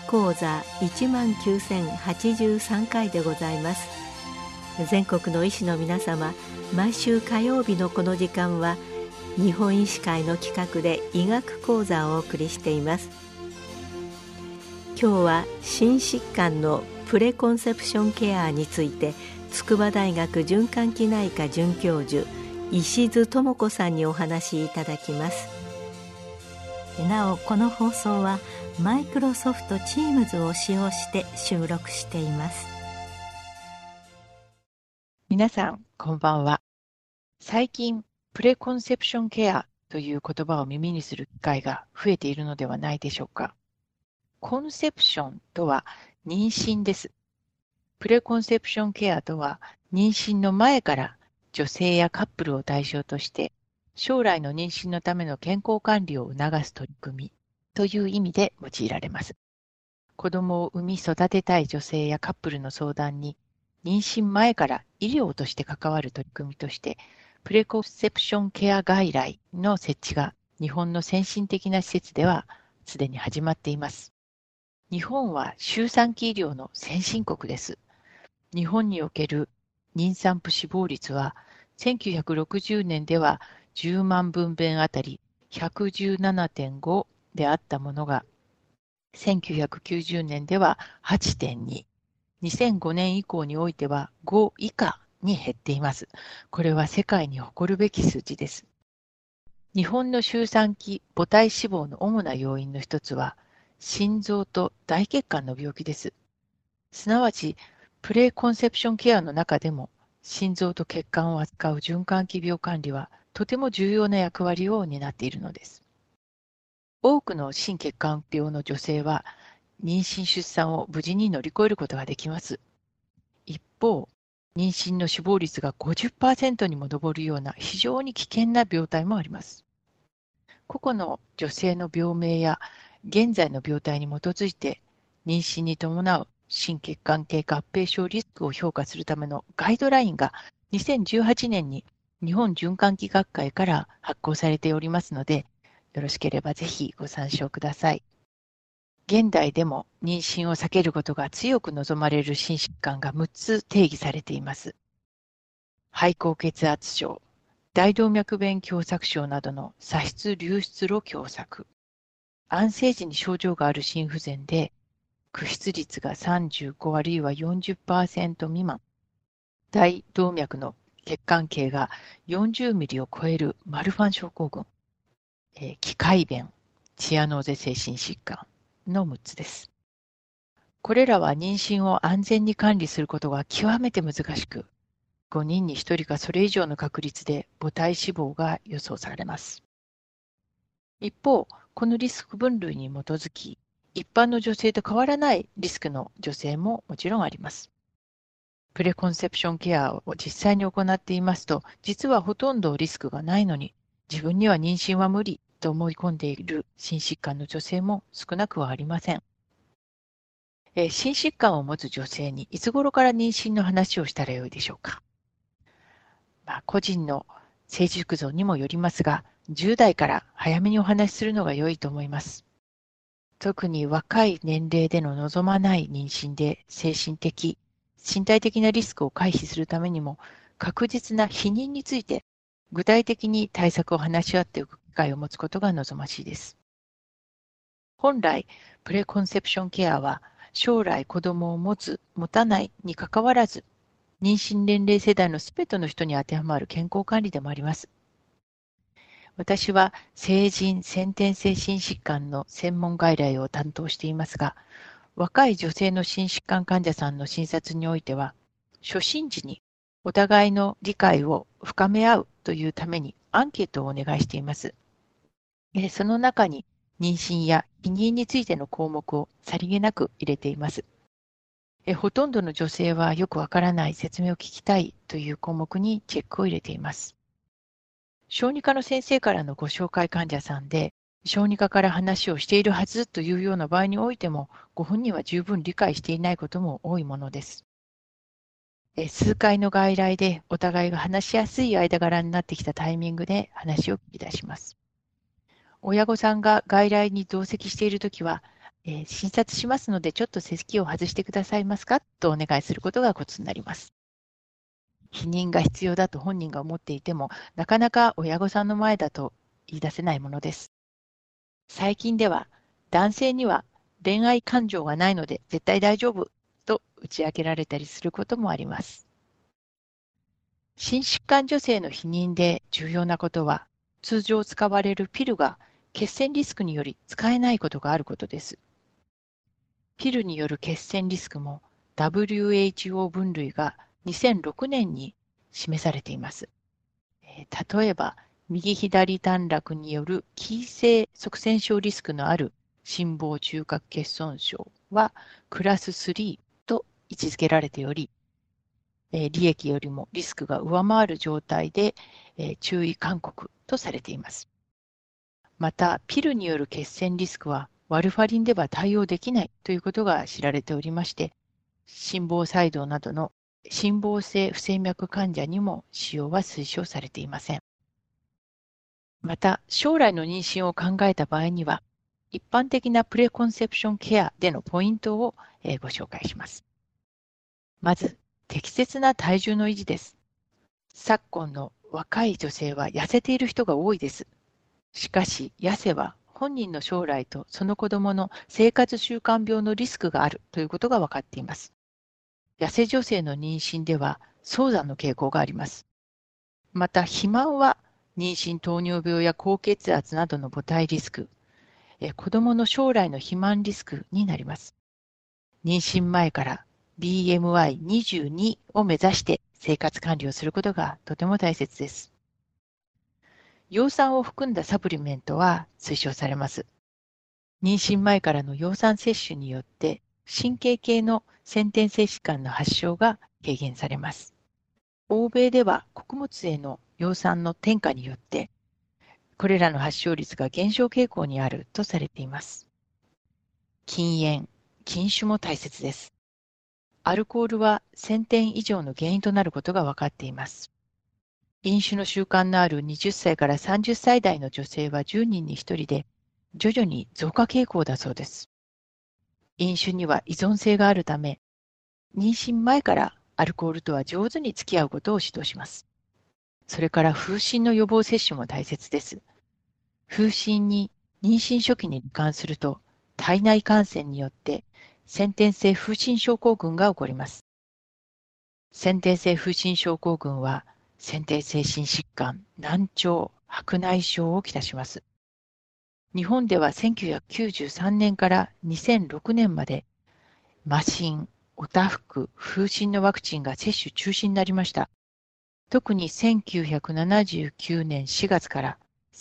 講座19083回でございます。全国の医師の皆様、毎週火曜日のこの時間は日本医師会の企画で医学講座をお送りしています。今日は心疾患のプレコンセプションケアについて、筑波大学循環器内科准教授石津智子さんにお話しいただきます。なお、この放送はマイクロソフト Teams を使用して収録しています。 皆さんこんばんは。最近プレコンセプションケアという言葉を耳にする機会が増えているのではないでしょうか。コンセプションとは妊娠です。プレコンセプションケアとは妊娠の前から女性やカップルを対象として将来の妊娠のための健康管理を促す取り組みという意味で用いられます。子供を産み育てたい女性やカップルの相談に妊娠前から医療として関わる取り組みとしてプレコンセプションケア外来の設置が日本の先進的な施設ではすでに始まっています。日本は周産期医療の先進国です。日本における妊産婦死亡率は1960年では10万分娩あたり 117.5 であったものが1990年では 8.2、2005年以降においては5以下に減っています。これは世界に誇るべき数字です。日本の周産期母体死亡の主な要因の一つは心臓と大血管の病気です。すなわちプレコンセプションケアの中でも心臓と血管を扱う循環器病管理はとても重要な役割を担っているのです。多くの心血管病の女性は妊娠出産を無事に乗り越えることができます。一方、妊娠の死亡率が 50% にも上るような非常に危険な病態もあります。個々の女性の病名や現在の病態に基づいて妊娠に伴う心血管系合併症リスクを評価するためのガイドラインが2018年に日本循環器学会から発行されておりますので、よろしければぜひご参照ください。現代でも妊娠を避けることが強く望まれる心疾患が6つ定義されています。肺高血圧症、大動脈弁狭窄症などの左室流出路狭窄、安静時に症状がある心不全で駆出率が35あるいは 40% 未満、大動脈の血管径が40ミリを超えるマルファン症候群、気海弁、チアノーゼ性心疾患の6つです。これらは妊娠を安全に管理することが極めて難しく、5人に1人かそれ以上の確率で母体死亡が予想されます。一方、このリスク分類に基づき、一般の女性と変わらないリスクの女性ももちろんあります。プレコンセプションケアを実際に行っていますと、実はほとんどリスクがないのに、自分には妊娠は無理と思い込んでいる心疾患の女性も少なくはありません。心疾患を持つ女性にいつ頃から妊娠の話をしたらよいでしょうか。個人の成熟度にもよりますが、10代から早めにお話しするのが良いと思います。特に若い年齢での望まない妊娠で精神的、身体的なリスクを回避するためにも、確実な避妊について具体的に対策を話し合っておく機会を持つことが望ましいです。本来、プレコンセプションケアは将来子供を持つ、持たないにかかわらず、妊娠年齢世代のすべての人に当てはまる健康管理でもあります。私は成人先天性心疾患の専門外来を担当していますが、若い女性の心疾患患者さんの診察においては、初診時にお互いの理解を深め合うというためにアンケートをお願いしています。その中に妊娠や避妊についての項目をさりげなく入れています。ほとんどの女性はよくわからない説明を聞きたいという項目にチェックを入れています。小児科の先生からのご紹介患者さんで、小児科から話をしているはずというような場合においても、ご本人は十分理解していないことも多いものです。数回の外来でお互いが話しやすい間柄になってきたタイミングで話を聞き出します。親御さんが外来に同席しているときは、 診察しますので、ちょっと席を外してくださいますかとお願いすることがコツになります。避妊が必要だと本人が思っていても、なかなか親御さんの前だと言い出せないものです。最近では、男性には恋愛感情がないので絶対大丈夫と打ち明けられたりすることもあります。心疾患女性の避妊で重要なことは、通常使われるピルが血栓リスクにより使えないことがあることです。ピルによる血栓リスクも WHO 分類が2006年に示されています。例えば、右左短絡による急性側栓症リスクのある心房中隔欠損症はクラス3と位置づけられており、利益よりもリスクが上回る状態で注意勧告とされています。また、ピルによる血栓リスクはワルファリンでは対応できないということが知られておりまして、心房細動などの心房性不整脈患者にも使用は推奨されていません。また、将来の妊娠を考えた場合には、一般的なプレコンセプションケアでのポイントをご紹介します。まず、適切な体重の維持です。昨今の若い女性は痩せている人が多いです。しかし、痩せは本人の将来とその子供の生活習慣病のリスクがあるということが分かっています。痩せ女性の妊娠では早産の傾向があります。また、肥満は妊娠糖尿病や高血圧などの母体リスク、子供の将来の肥満リスクになります。妊娠前から BMI22 を目指して生活管理をすることがとても大切です。葉酸を含んだサプリメントは推奨されます。妊娠前からの葉酸摂取によって神経系の先天性疾患の発症が軽減されます。欧米では穀物への葉酸の添加によってこれらの発症率が減少傾向にあるとされています。禁煙、禁酒も大切です。アルコールは1000点以上の原因となることが分かっています。飲酒の習慣のある20歳から30歳代の女性は10人に1人で徐々に増加傾向だそうです。飲酒には依存性があるため、妊娠前からアルコールとは上手に付き合うことを指導します。それから風疹の予防接種も大切です。風疹に妊娠初期に罹患すると体内感染によって先天性風疹症候群が起こります。先天性風疹症候群は先天性心疾患、難聴、白内障をきたします。日本では1993年から2006年まで麻疹、おたふく、風疹のワクチンが接種中止になりました。特に1979年4月から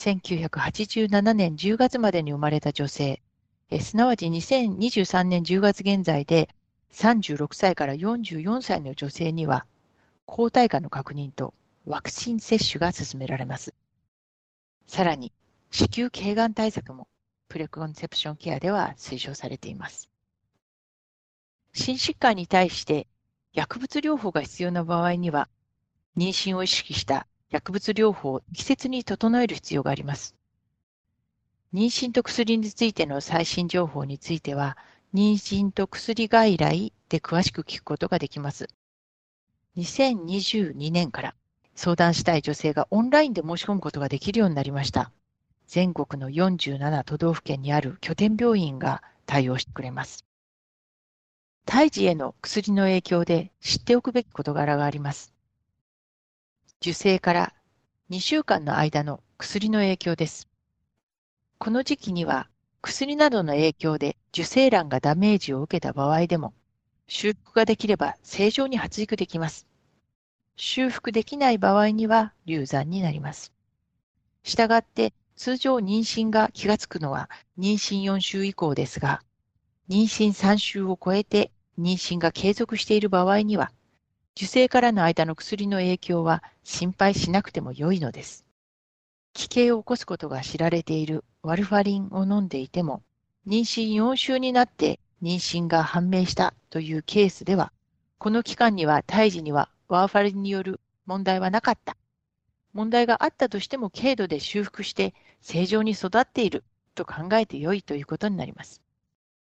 1987年10月までに生まれた女性、すなわち2023年10月現在で36歳から44歳の女性には抗体価の確認とワクチン接種が進められます。さらに、子宮頸がん対策もプレコンセプションケアでは推奨されています。心疾患に対して薬物療法が必要な場合には、妊娠を意識した薬物療法を適切に整える必要があります。妊娠と薬についての最新情報については、妊娠と薬外来で詳しく聞くことができます。2022年から相談したい女性がオンラインで申し込むことができるようになりました。全国の47都道府県にある拠点病院が対応してくれます。胎児への薬の影響で知っておくべき事柄があります。受精から2週間の間の薬の影響です。この時期には薬などの影響で受精卵がダメージを受けた場合でも修復ができれば正常に発育できます。修復できない場合には流産になります。したがって通常妊娠が気がつくのは妊娠4週以降ですが、妊娠3週を超えて妊娠が継続している場合には、受精からの間の薬の影響は心配しなくても良いのです。奇形を起こすことが知られているワルファリンを飲んでいても、妊娠4週になって妊娠が判明したというケースでは、この期間には胎児にはワーファリンによる問題はなかった。問題があったとしても軽度で修復して正常に育っていると考えて良いということになります。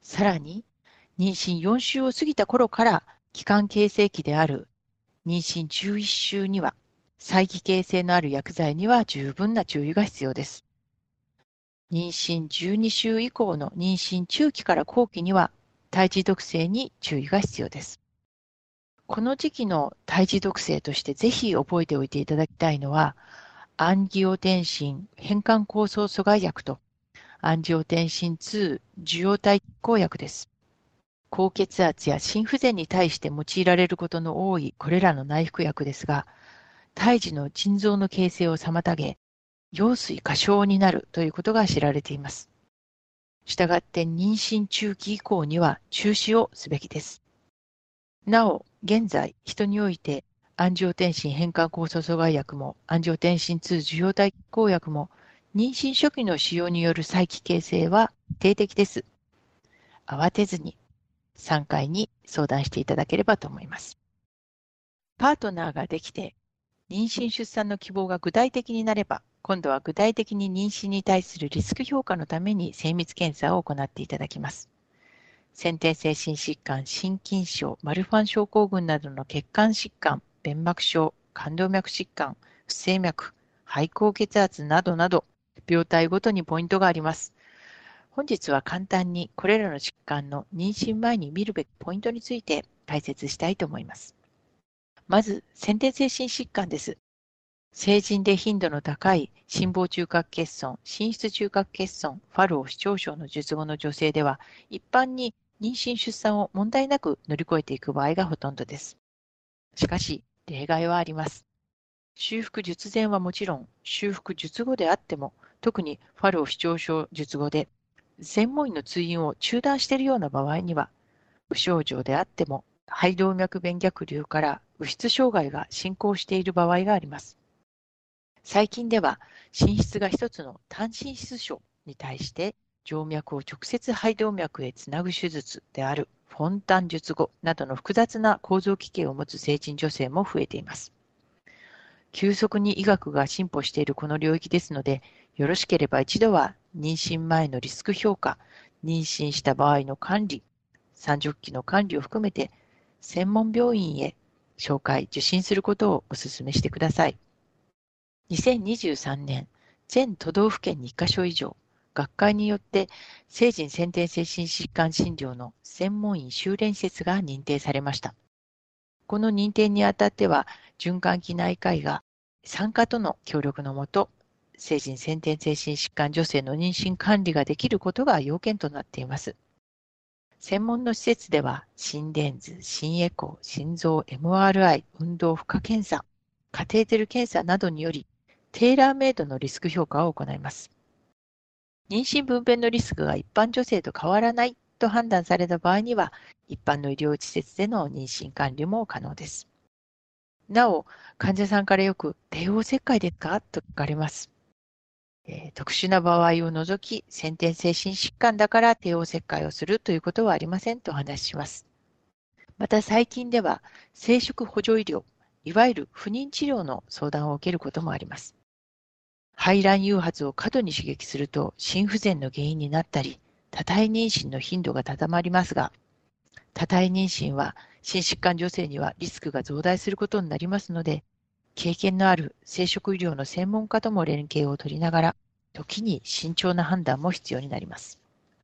さらに、妊娠4週を過ぎた頃から期間形成期である妊娠11週には、再帰形性のある薬剤には十分な注意が必要です。妊娠12週以降の妊娠中期から後期には、胎児毒性に注意が必要です。この時期の胎児毒性としてぜひ覚えておいていただきたいのは、アンギオテンシン変換酵素阻害薬とアンジオテンシン2受容体拮抗薬です。高血圧や心不全に対して用いられることの多いこれらの内服薬ですが、胎児の腎臓の形成を妨げ、羊水過小になるということが知られています。したがって妊娠中期以降には中止をすべきです。なお、現在、人においてアンジオテンシン変換酵素阻害薬もアンジオテンシン2受容体拮抗薬も妊娠初期の使用による再帰形成は定的です。慌てずに産科医に相談していただければと思います。パートナーができて妊娠出産の希望が具体的になれば、今度は具体的に妊娠に対するリスク評価のために精密検査を行っていただきます。先天性心疾患、心筋症、マルファン症候群などの血管疾患、弁膜症、冠動脈疾患、不整脈、肺高血圧などなど、病態ごとにポイントがあります。本日は簡単にこれらの疾患の妊娠前に見るべきポイントについて解説したいと思います。まず、先天性心疾患です。成人で頻度の高い心房中隔欠損、心室中隔欠損、ファロー死腸症の術後の女性では、一般に妊娠出産を問題なく乗り越えていく場合がほとんどです。しかし、例外はあります。修復術前はもちろん、修復術後であっても、特にファロー死腸症術後で、専門医の通院を中断しているような場合には、無症状であっても、肺動脈弁逆流から右室障害が進行している場合があります。最近では、心室が一つの単心室症に対して、静脈を直接肺動脈へつなぐ手術であるフォンタン術後などの複雑な構造奇形を持つ成人女性も増えています。急速に医学が進歩しているこの領域ですので、よろしければ一度は妊娠前のリスク評価、妊娠した場合の管理、産褥期の管理を含めて、専門病院へ紹介、受診することをお勧めしてください。2023年、全都道府県に1カ所以上、学会によって成人先天性心疾患診療の専門医修練施設が認定されました。この認定にあたっては、循環器内科医が産科との協力のもと、成人先天性心疾患女性の妊娠管理ができることが要件となっています。専門の施設では、心電図、心エコー、心臓 MRI、運動負荷検査、カテーテル検査などにより、テーラーメイドのリスク評価を行います。妊娠分娩のリスクが一般女性と変わらないと判断された場合には、一般の医療施設での妊娠管理も可能です。なお、患者さんからよく帝王切開ですかと聞かれます。特殊な場合を除き、先天性心疾患だから帝王切開をするということはありませんとお話しします。また最近では、生殖補助医療、いわゆる不妊治療の相談を受けることもあります。排卵誘発を過度に刺激すると心不全の原因になったり、多胎妊娠の頻度が高まりますが、多胎妊娠は心疾患女性にはリスクが増大することになりますので、経験のある生殖医療の専門家とも連携を取りながら、時に慎重な判断も必要になります。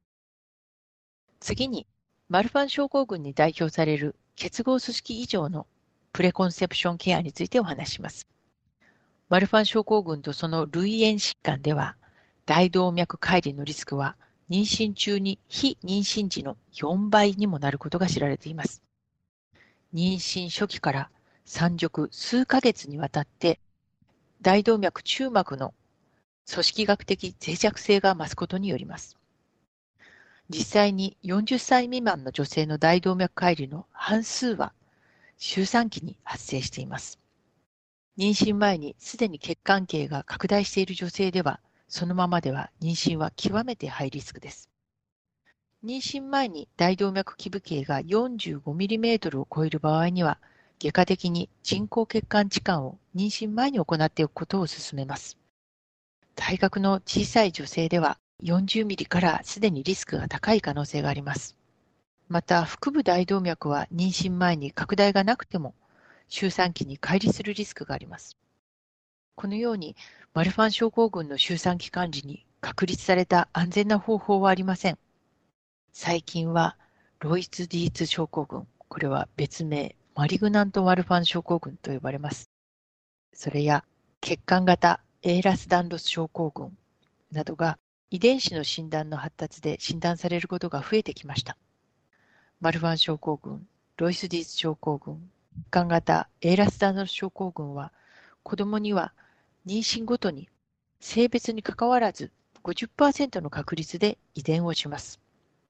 次に、マルファン症候群に代表される結合組織異常のプレコンセプションケアについてお話しします。マルファン症候群とその類縁疾患では、大動脈解離のリスクは妊娠中に非妊娠時の4倍にもなることが知られています。妊娠初期から産褥数ヶ月にわたって大動脈中膜の組織学的脆弱性が増すことによります。実際に40歳未満の女性の大動脈解離の半数は周産期に発生しています。妊娠前にすでに血管系が拡大している女性では、そのままでは妊娠は極めてハイリスクです。妊娠前に大動脈基部径が 45mm を超える場合には、外科的に人工血管置換を妊娠前に行っておくことを勧めます。体格の小さい女性では、 40ミリからすでにリスクが高い可能性があります。また、腹部大動脈は妊娠前に拡大がなくても、周産期に乖離するリスクがあります。このように、マルファン症候群の周産期管理に確立された安全な方法はありません。最近は、ロイスディーツ症候群、これは別名、マリグナントマルファン症候群と呼ばれます。それや、血管型エーラスダンロス症候群などが遺伝子の診断の発達で診断されることが増えてきました。マルファン症候群、ロイスディーツ症候群、血管型エーラスダンロス症候群は、子供には妊娠ごとに性別にかかわらず 50% の確率で遺伝をします。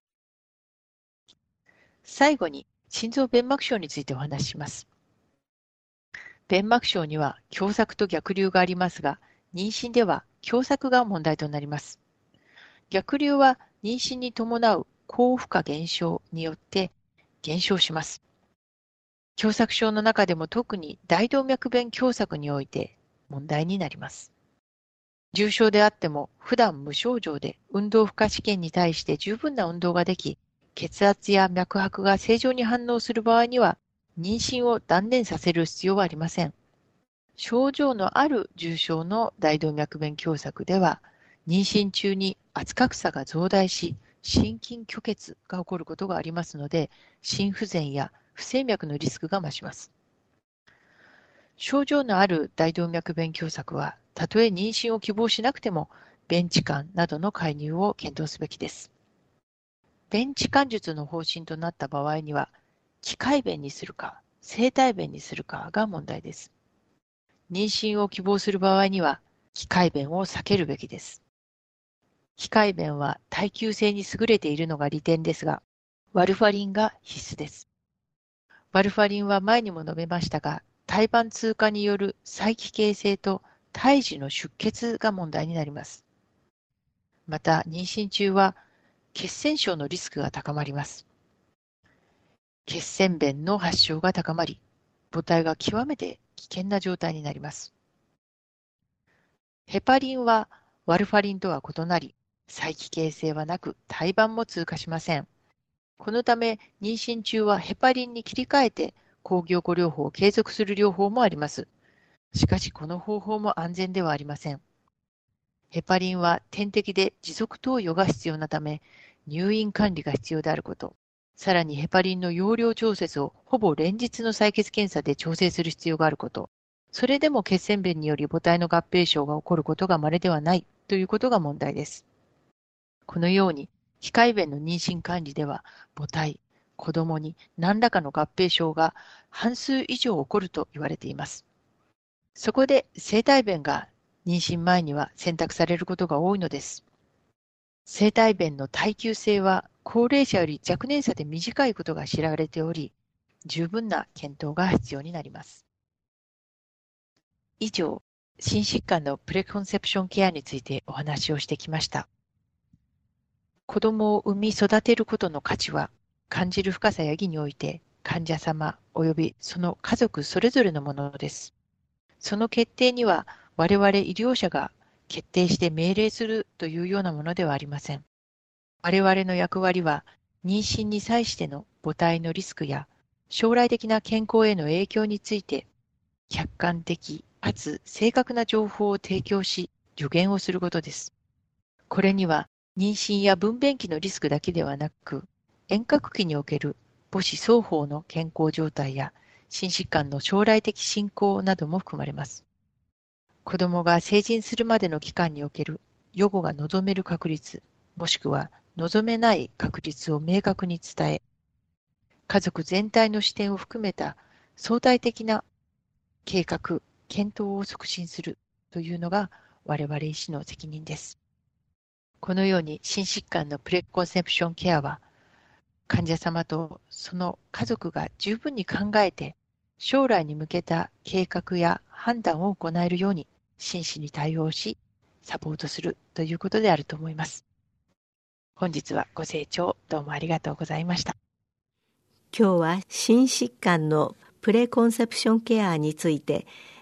最後に、心臓弁膜症についてお話しします。弁膜症には狭窄と逆流がありますが、妊娠では狭窄が問題となります。逆流は妊娠に伴う高負荷減少によって減少します。狭窄症の中でも特に大動脈弁狭窄において問題になります。重症であっても普段無症状で運動負荷試験に対して十分な運動ができ、血圧や脈拍が正常に反応する場合には、妊娠を断念させる必要はありません。症状のある重症の大動脈弁狭窄では、妊娠中に圧格差が増大し、心筋虚血が起こることがありますので、心不全や不整脈のリスクが増します。症状のある大動脈弁狭窄は、たとえ妊娠を希望しなくても、弁置換などの介入を検討すべきです。弁置換術の方針となった場合には、機械弁にするか、生体弁にするかが問題です。妊娠を希望する場合には、機械弁を避けるべきです。機械弁は耐久性に優れているのが利点ですが、ワルファリンが必須です。ワルファリンは前にも述べましたが、胎盤通過による再帰形成と胎児の出血が問題になります。また、妊娠中は血栓症のリスクが高まります。血栓弁の発症が高まり、母体が極めて危険な状態になります。ヘパリンはワルファリンとは異なり、再帰形成はなく胎盤も通過しません。このため、妊娠中はヘパリンに切り替えて抗凝固療法を継続する療法もあります。しかし、この方法も安全ではありません。ヘパリンは点滴で持続投与が必要なため、入院管理が必要であること、さらにヘパリンの容量調節をほぼ連日の採血検査で調整する必要があること、それでも血栓弁により母体の合併症が起こることが稀ではないということが問題です。このように、機械弁の妊娠管理では、母体、子供に何らかの合併症が半数以上起こると言われています。そこで生体弁が妊娠前には選択されることが多いのです。生体弁の耐久性は高齢者より若年差で短いことが知られており、十分な検討が必要になります。以上、心疾患のプレコンセプションケアについてお話をしてきました。子供を産み育てることの価値は、感じる深さや意義において、患者様及びその家族それぞれのものです。その決定には、我々医療者が決定して命令するというようなものではありません。我々の役割は、妊娠に際しての母体のリスクや、将来的な健康への影響について、客観的かつ正確な情報を提供し、助言をすることです。これには、妊娠や分娩期のリスクだけではなく、遠隔期における母子双方の健康状態や、心疾患の将来的進行なども含まれます。子供が成人するまでの期間における予後が望める確率、もしくは望めない確率を明確に伝え、家族全体の視点を含めた相対的な計画、検討を促進するというのが我々医師の責任です。このように心疾患のプレコンセプションケアは、患者様とその家族が十分に考えて、将来に向けた計画や判断を行えるように真摯に対応し、サポートするということであると思います。本日はご清聴どうもありがとうございました。 今日は心疾患のプレコンセプションケアについて、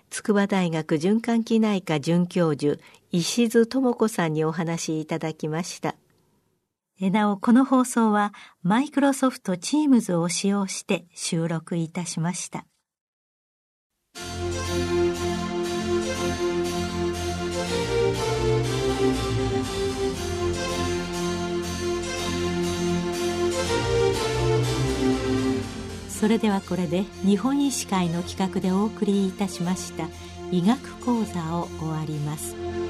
筑波大学循環器内科准教授石津智子さんにお話しいただきました。なおこの放送はマイクロソフト Teams を使用して収録いたしました。それではこれで日本医師会の企画でお送りいたしました医学講座を終わります。